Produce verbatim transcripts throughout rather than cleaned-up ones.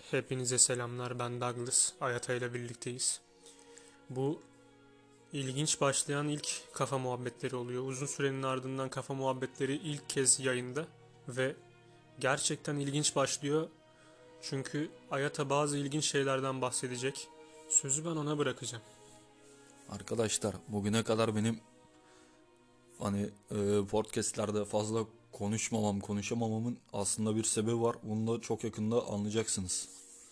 Hepinize selamlar. Ben Douglas. Ayata ile birlikteyiz. Bu ilginç başlayan ilk kafa muhabbetleri oluyor. Uzun sürenin ardından kafa muhabbetleri ilk kez yayında ve gerçekten ilginç başlıyor. Çünkü Ayata bazı ilginç şeylerden bahsedecek. Sözü ben ona bırakacağım. Arkadaşlar bugüne kadar benim hani e, podcastlerde fazla konuşmamam, konuşamamamın aslında bir sebebi var. Bunu da çok yakında anlayacaksınız.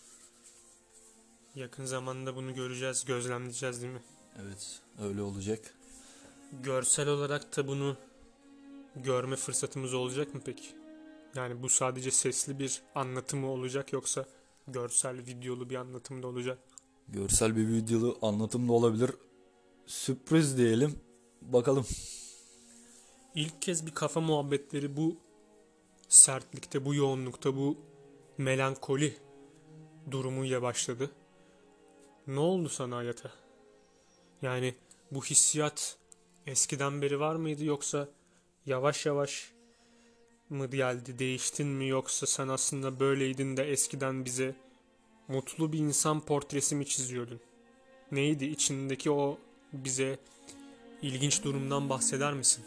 Yakın zamanda bunu göreceğiz, gözlemleyeceğiz değil mi? Evet, öyle olacak. Görsel olarak da bunu görme fırsatımız olacak mı peki? Yani bu sadece sesli bir anlatımı olacak yoksa görsel, videolu bir anlatım da olacak? Görsel bir videolu anlatım da olabilir. Sürpriz diyelim. Bakalım. İlk kez bir kafa muhabbetleri bu sertlikte, bu yoğunlukta, bu melankoli durumuyla başladı. Ne oldu sana hayata? Yani bu hissiyat eskiden beri var mıydı yoksa yavaş yavaş mı geldi, değiştin mi yoksa sen aslında böyleydin de eskiden bize mutlu bir insan portresi mi çiziyordun? Neydi içindeki o bize ilginç durumdan bahseder misin?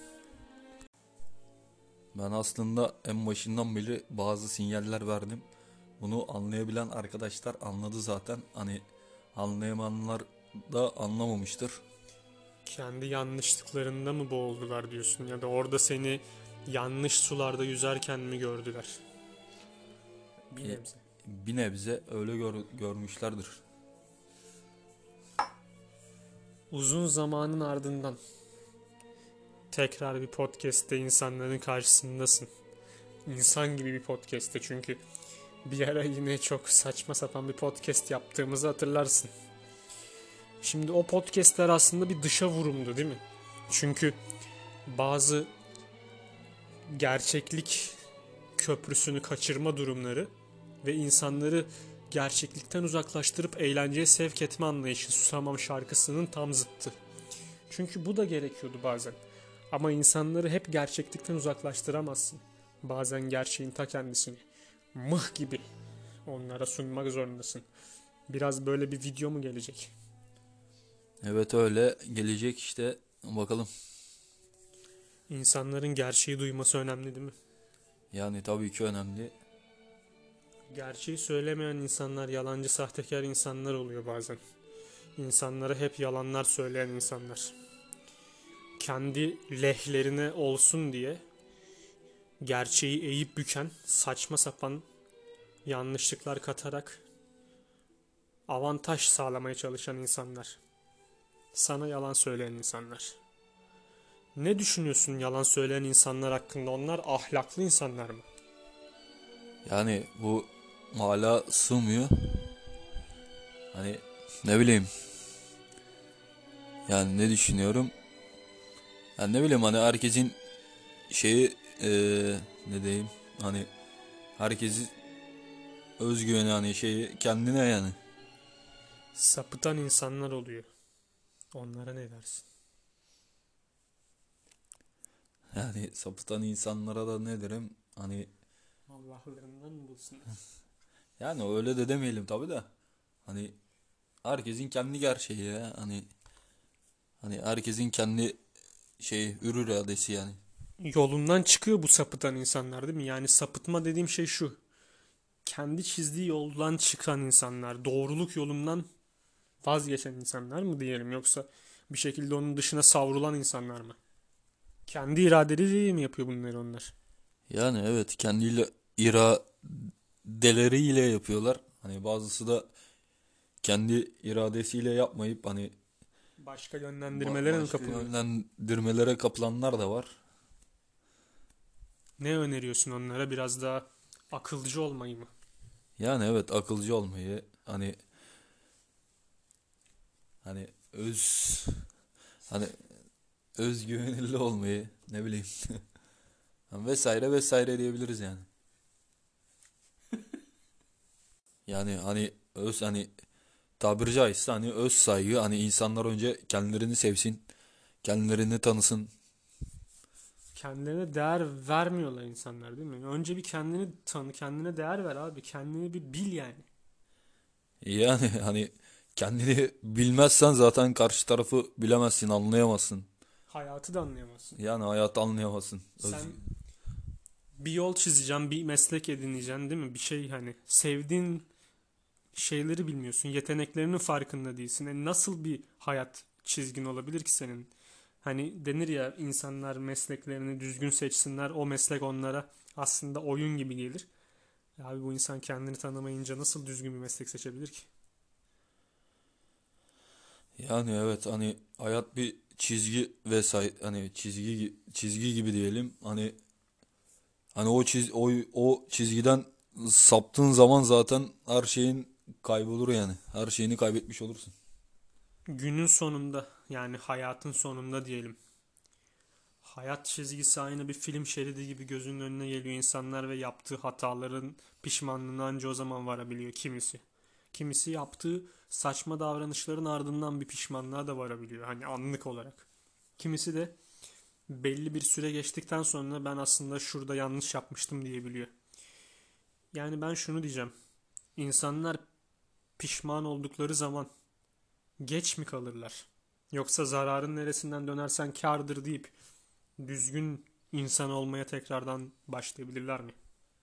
Ben aslında en başından beri bazı sinyaller verdim. Bunu anlayabilen arkadaşlar anladı zaten. Hani anlayamayanlar da anlamamıştır. Kendi yanlışlıklarında mı boğuldular diyorsun ya da orada seni yanlış sularda yüzerken mi gördüler? Bir E, nebze. Bir nebze öyle gör- görmüşlerdir. Uzun zamanın ardından tekrar bir podcast'te insanların karşısındasın. İnsan gibi bir podcast'te çünkü bir ara yine çok saçma sapan bir podcast yaptığımızı hatırlarsın. Şimdi o podcast'ler aslında bir dışa vurumdu değil mi? Çünkü bazı gerçeklik köprüsünü kaçırma durumları ve insanları gerçeklikten uzaklaştırıp eğlenceye sevk etme anlayışı Susamam şarkısının tam zıttı. Çünkü bu da gerekiyordu bazen. Ama insanları hep gerçeklikten uzaklaştıramazsın. Bazen gerçeğin ta kendisini mıh gibi onlara sunmak zorundasın. Biraz böyle bir video mu gelecek? Evet, öyle gelecek işte, bakalım. İnsanların gerçeği duyması önemli değil mi? Yani tabii ki önemli. Gerçeği söylemeyen insanlar yalancı, sahtekar insanlar oluyor bazen. İnsanlara hep yalanlar söyleyen insanlar. Kendi lehlerine olsun diye gerçeği eğip büken, saçma sapan yanlışlıklar katarak avantaj sağlamaya çalışan insanlar. Sana yalan söyleyen insanlar. Ne düşünüyorsun yalan söyleyen insanlar hakkında? Onlar ahlaklı insanlar mı? Yani bu hala sığmıyor. Hani ne bileyim. Yani ne düşünüyorum? Yani ne bileyim, hani herkesin şeyi eee ne diyeyim? Hani herkesin özgüveni, hani şeyi kendine yani. Sapıtan insanlar oluyor. Onlara ne dersin? Yani sapıtan insanlara da ne derim? Hani Allah'larından mı bulsunlar? yani öyle de demeyelim tabii de. Hani herkesin kendi gerçeği ya. Hani hani herkesin kendi şey ürü iradesi yani. Yolundan çıkıyor bu sapıtan insanlar değil mi? Yani sapıtma dediğim şey şu. Kendi çizdiği yoldan çıkan insanlar, doğruluk yolundan vazgeçen insanlar mı diyelim yoksa bir şekilde onun dışına savrulan insanlar mı? Kendi iradeleriyle mi yapıyor bunları onlar? Yani evet, kendiyle iradeleriyle yapıyorlar. Hani bazısı da kendi iradesiyle yapmayıp hani Başka ba- yönlendirmelere mi başka kapılıyor? yönlendirmelere kapılanlar da var. Ne öneriyorsun onlara? Biraz daha akılcı olmayı mı? Yani evet, akılcı olmayı, hani hani öz hani özgüvenli olmayı, ne bileyim, vesaire vesaire diyebiliriz yani. Yani hani öz hani tabiri caizse hani öz saygı, hani insanlar önce kendilerini sevsin, kendilerini tanısın. Kendilerine değer vermiyorlar insanlar değil mi? Önce bir kendini tanı, kendine değer ver abi. Kendini bir bil yani. Yani hani kendini bilmezsen zaten karşı tarafı bilemezsin, anlayamazsın. Hayatı da anlayamazsın. Yani hayatı anlayamazsın. Özgü. Sen bir yol çizeceksin, bir meslek edineceksin değil mi? Bir şey hani sevdiğin şeyleri bilmiyorsun, yeteneklerinin farkında değilsin. E nasıl bir hayat çizgin olabilir ki senin? Hani denir ya insanlar mesleklerini düzgün seçsinler, o meslek onlara aslında oyun gibi gelir. Ya abi bu insan kendini tanımayınca nasıl düzgün bir meslek seçebilir ki? Yani evet hani hayat bir çizgi ve say hani çizgi gi- çizgi gibi diyelim. Hani hani o çiz o o çizgiden saptığın zaman zaten her şeyin kaybolur yani. Her şeyini kaybetmiş olursun. Günün sonunda yani hayatın sonunda diyelim. Hayat çizgisi aynı bir film şeridi gibi gözünün önüne geliyor insanlar ve yaptığı hataların pişmanlığına anca o zaman varabiliyor kimisi. Kimisi yaptığı saçma davranışların ardından bir pişmanlığa da varabiliyor hani anlık olarak. Kimisi de belli bir süre geçtikten sonra ben aslında şurada yanlış yapmıştım diyebiliyor. Yani ben şunu diyeceğim. İnsanlar pişman oldukları zaman geç mi kalırlar? Yoksa zararın neresinden dönersen kârdır deyip düzgün insan olmaya tekrardan başlayabilirler mi?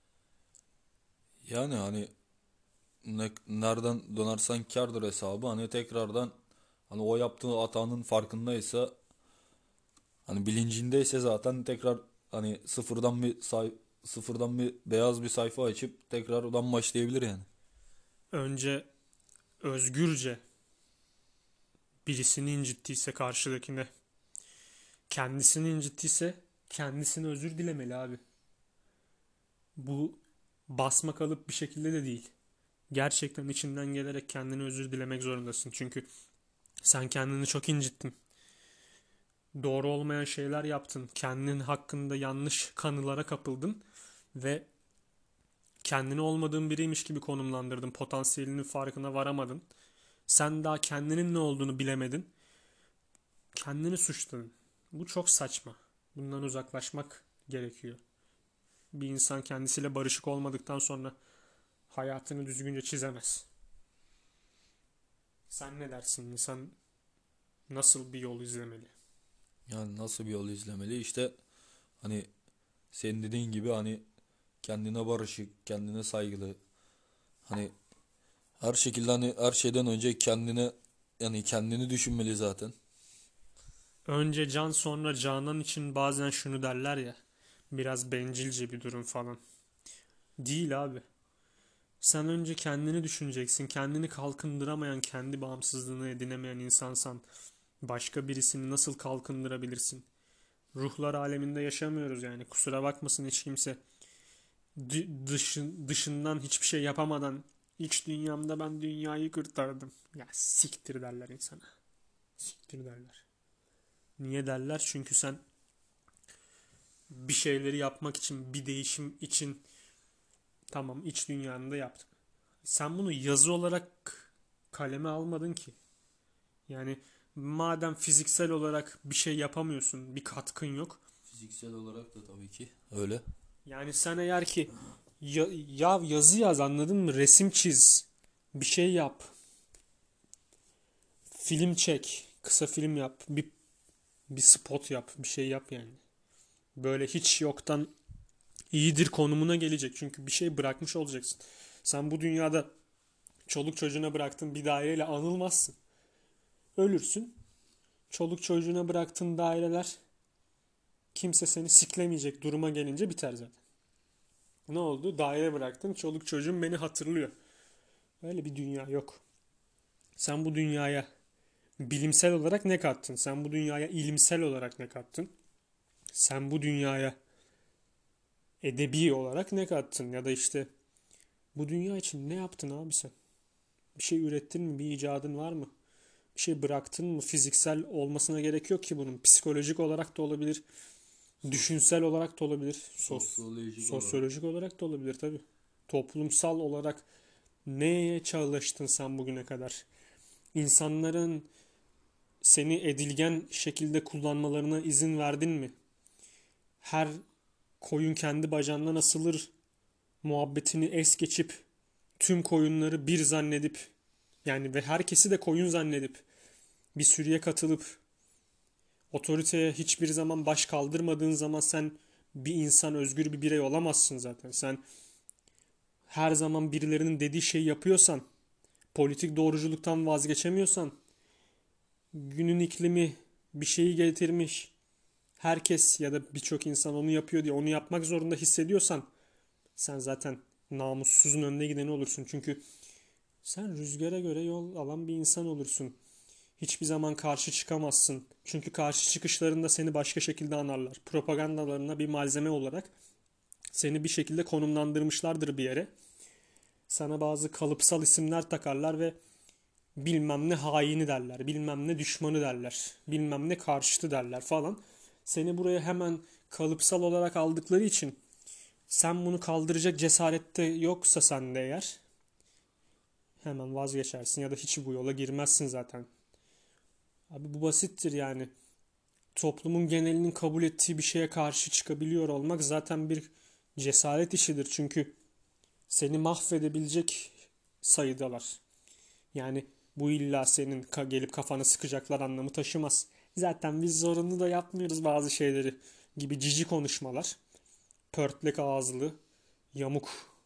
Yani hani ne, nereden dönersen kârdır hesabı. Hani tekrardan hani o yaptığı hatanın farkındaysa hani bilincindeyse zaten tekrar hani sıfırdan bir say sıfırdan bir beyaz bir sayfa açıp tekrardan başlayabilir yani. Önce özgürce birisini incittiyse karşıdakine, kendisini incittiyse kendisine özür dilemeli abi. Bu basma kalıp bir şekilde de değil. Gerçekten içinden gelerek kendine özür dilemek zorundasın. Çünkü sen kendini çok incittin. Doğru olmayan şeyler yaptın. Kendin hakkında yanlış kanılara kapıldın ve kendini olmadığın biriymiş gibi konumlandırdın. Potansiyelinin farkına varamadın. Sen daha kendinin ne olduğunu bilemedin. Kendini suçladın. Bu çok saçma. Bundan uzaklaşmak gerekiyor. Bir insan kendisiyle barışık olmadıktan sonra hayatını düzgünce çizemez. Sen ne dersin? İnsan nasıl bir yol izlemeli? Yani nasıl bir yol izlemeli? İşte hani senin dediğin gibi hani kendine barışık, kendine saygılı. Hani her şekilde hani her şeyden önce kendine yani kendini düşünmeli zaten. Önce can sonra canan için bazen şunu derler ya. Biraz bencilce bir durum falan. Değil abi. Sen önce kendini düşüneceksin. Kendini kalkındıramayan, kendi bağımsızlığını edinemeyen insansan başka birisini nasıl kalkındırabilirsin? Ruhlar aleminde yaşamıyoruz yani. Kusura bakmasın hiç kimse. Dışın, dışından hiçbir şey yapamadan iç dünyamda ben dünyayı kurtardım. Ya siktir derler insana. Siktir derler. Niye derler? Çünkü sen bir şeyleri yapmak için, bir değişim için tamam iç dünyanı da yaptın. Sen bunu yazı olarak kaleme almadın ki. Yani madem fiziksel olarak bir şey yapamıyorsun, bir katkın yok. Fiziksel olarak da tabii ki öyle. Yani sen eğer ki ya, ya yazı yaz anladın mı? Resim çiz, bir şey yap, film çek, kısa film yap, bir bir spot yap, bir şey yap yani. Böyle hiç yoktan iyidir konumuna gelecek. Çünkü bir şey bırakmış olacaksın. Sen bu dünyada çoluk çocuğuna bıraktığın bir daireyle anılmazsın. Ölürsün. Çoluk çocuğuna bıraktığın daireler kimse seni siklemeyecek duruma gelince biter zaten. Ne oldu? Daire bıraktın. Çoluk çocuğum beni hatırlıyor. Öyle bir dünya yok. Sen bu dünyaya bilimsel olarak ne kattın? Sen bu dünyaya ilimsel olarak ne kattın? Sen bu dünyaya edebi olarak ne kattın? Ya da işte bu dünya için ne yaptın abi sen? Bir şey ürettin mi? Bir icadın var mı? Bir şey bıraktın mı? Fiziksel olmasına gerek yok ki bunun. Psikolojik olarak da olabilir. Sos Düşünsel olarak da olabilir. Sos sosyolojik olarak. sosyolojik olarak da olabilir tabii. Toplumsal olarak neye çalıştın sen bugüne kadar? İnsanların seni edilgen şekilde kullanmalarına izin verdin mi? Her koyun kendi bacağından asılır muhabbetini es geçip tüm koyunları bir zannedip Yani ve herkesi de koyun zannedip bir sürüye katılıp otoriteye hiçbir zaman baş kaldırmadığın zaman sen bir insan, özgür bir birey olamazsın zaten. Sen her zaman birilerinin dediği şeyi yapıyorsan, politik doğruculuktan vazgeçemiyorsan, günün iklimi bir şeyi getirmiş, herkes ya da birçok insan onu yapıyor diye onu yapmak zorunda hissediyorsan sen zaten namussuzun önüne gideni olursun. Çünkü sen rüzgara göre yol alan bir insan olursun. Hiçbir zaman karşı çıkamazsın. Çünkü karşı çıkışlarında seni başka şekilde anarlar. Propagandalarına bir malzeme olarak seni bir şekilde konumlandırmışlardır bir yere. Sana bazı kalıpsal isimler takarlar ve bilmem ne haini derler, bilmem ne düşmanı derler, bilmem ne karşıtı derler falan. Seni buraya hemen kalıpsal olarak aldıkları için sen bunu kaldıracak cesarette yoksa sende eğer hemen vazgeçersin ya da hiç bu yola girmezsin zaten. Abi bu basittir yani. Toplumun genelinin kabul ettiği bir şeye karşı çıkabiliyor olmak zaten bir cesaret işidir. Çünkü seni mahvedebilecek sayıdalar. Yani bu illa senin gelip kafana sıkacaklar anlamı taşımaz. Zaten biz zorunlu da yapmıyoruz bazı şeyleri gibi cici konuşmalar. Pörtlek ağızlı, yamuk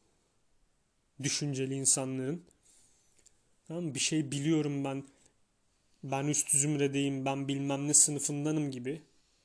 düşünceli insanların. Tamam, bir şey biliyorum ben, ben üst zümredeyim, ben bilmem ne sınıfındanım gibi.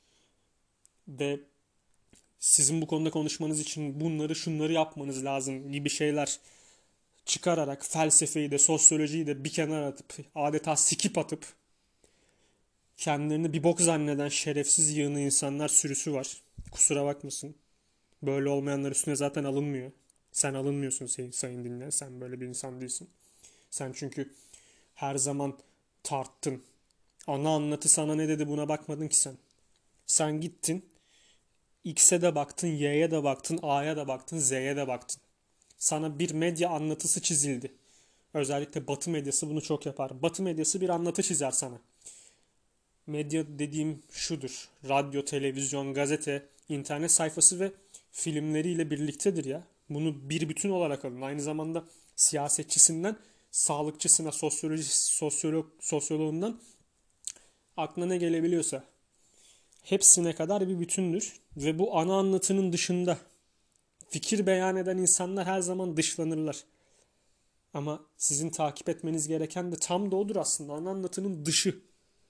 Ve sizin bu konuda konuşmanız için bunları şunları yapmanız lazım gibi şeyler çıkararak felsefeyi de sosyolojiyi de bir kenara atıp adeta sikip atıp kendilerini bir bok zanneden şerefsiz yığını insanlar sürüsü var. Kusura bakmasın. Böyle olmayanlar üstüne zaten alınmıyor. Sen alınmıyorsun sayın, sayın dinleyen. Sen böyle bir insan değilsin. Sen çünkü her zaman tarttın. Ana anlatı sana ne dedi buna bakmadın ki sen. Sen gittin. X'e de baktın, Y'ye de baktın, A'ya da baktın, Z'ye de baktın. Sana bir medya anlatısı çizildi. Özellikle Batı medyası bunu çok yapar. Batı medyası bir anlatı çizer sana. Medya dediğim şudur. Radyo, televizyon, gazete, internet sayfası ve filmleriyle birliktedir ya. Bunu bir bütün olarak alın. Aynı zamanda siyasetçisinden sağlıkçısına, sosyoloji, sosyolog, sosyoloğundan aklına ne gelebiliyorsa hepsine kadar bir bütündür. Ve bu ana anlatının dışında fikir beyan eden insanlar her zaman dışlanırlar. Ama sizin takip etmeniz gereken de tam da odur aslında. Ana anlatının dışı.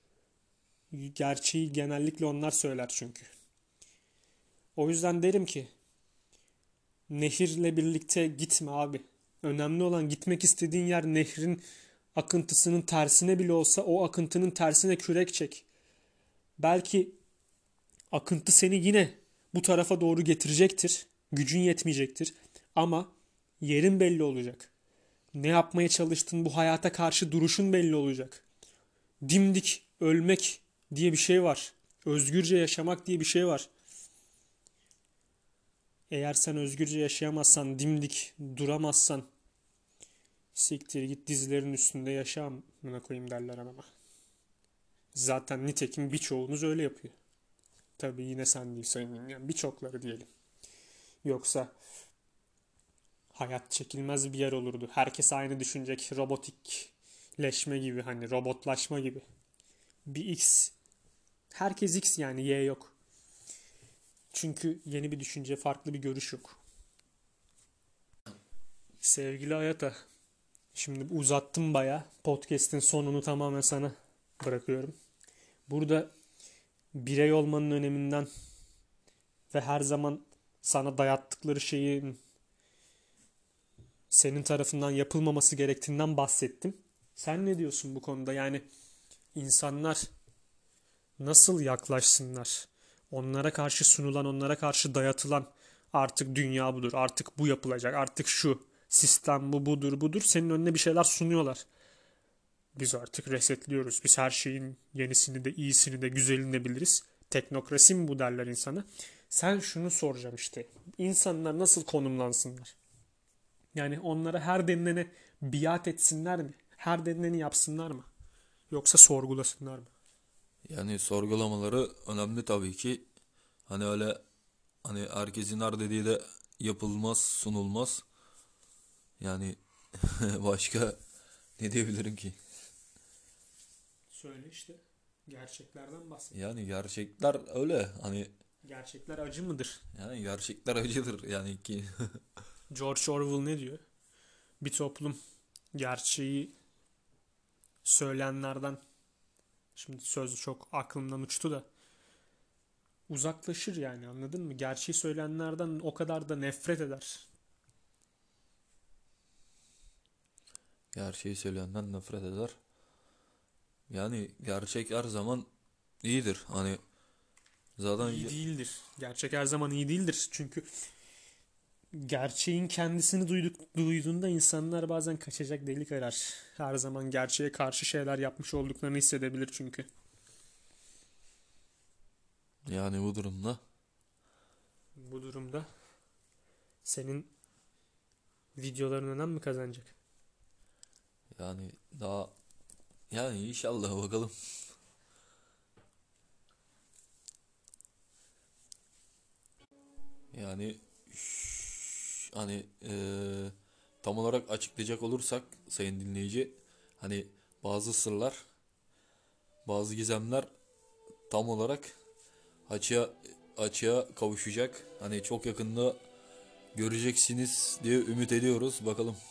Gerçeği genellikle onlar söyler çünkü. O yüzden derim ki nehirle birlikte gitme abi. Önemli olan gitmek istediğin yer nehrin akıntısının tersine bile olsa o akıntının tersine kürek çek. Belki akıntı seni yine bu tarafa doğru getirecektir. Gücün yetmeyecektir. Ama yerin belli olacak. Ne yapmaya çalıştığın bu hayata karşı duruşun belli olacak. Dimdik ölmek diye bir şey var. Özgürce yaşamak diye bir şey var. Eğer sen özgürce yaşayamazsan, dimdik duramazsan siktir git dizlerin üstünde yaşa amına koyayım derler adama. Zaten nitekim birçoğunuz öyle yapıyor. Tabii yine sen değil sayın yani birçokları diyelim. Yoksa hayat çekilmez bir yer olurdu. Herkes aynı düşünecek. Robotikleşme gibi hani robotlaşma gibi. Bir X. Herkes X yani Y yok. Çünkü yeni bir düşünce, farklı bir görüş yok. Sevgili Hayata, şimdi uzattım baya. Podcast'in sonunu tamamen sana bırakıyorum. Burada birey olmanın öneminden ve her zaman sana dayattıkları şeyin senin tarafından yapılmaması gerektiğinden bahsettim. Sen ne diyorsun bu konuda? Yani insanlar nasıl yaklaşsınlar? Onlara karşı sunulan, onlara karşı dayatılan artık dünya budur, artık bu yapılacak, artık şu sistem bu budur budur. Senin önüne bir şeyler sunuyorlar. Biz artık resetliyoruz. Biz her şeyin yenisini de, iyisini de, güzelini de biliriz. Teknokrasi mi bu derler insana. Sen şunu soracağım işte. İnsanlar nasıl konumlansınlar? Yani onlara her denilene biat etsinler mi? Her denileni yapsınlar mı? Yoksa sorgulasınlar mı? Yani sorgulamaları önemli tabii ki. Hani öyle hani herkesin her dediği de yapılmaz, sunulmaz. Yani başka Ne diyebilirim ki? Söyle işte. Gerçeklerden bahset. Yani gerçekler öyle. Hani Gerçekler acı mıdır? yani gerçekler acıdır yani ki. George Orwell ne diyor? Bir toplum gerçeği söyleyenlerden, şimdi söz çok aklımdan uçtu da, uzaklaşır yani, anladın mı? Gerçeği söyleyenlerden o kadar da nefret eder. Gerçeği söyleyenden nefret eder. Yani gerçek her zaman iyidir. Hani zaten İyi değildir. Gerçek her zaman iyi değildir. Çünkü gerçeğin kendisini duyduk, duyduğunda insanlar bazen kaçacak delik arar. Her zaman gerçeğe karşı şeyler yapmış olduklarını hissedebilir çünkü. yani bu durumda Bu durumda senin videoların önem mi kazanacak? yani daha yani inşallah bakalım. Yani şş, hani eee, tam olarak açıklayacak olursak sayın dinleyici, hani bazı sırlar, bazı gizemler tam olarak açığa açığa kavuşacak. Hani çok yakında göreceksiniz diye ümit ediyoruz. Bakalım.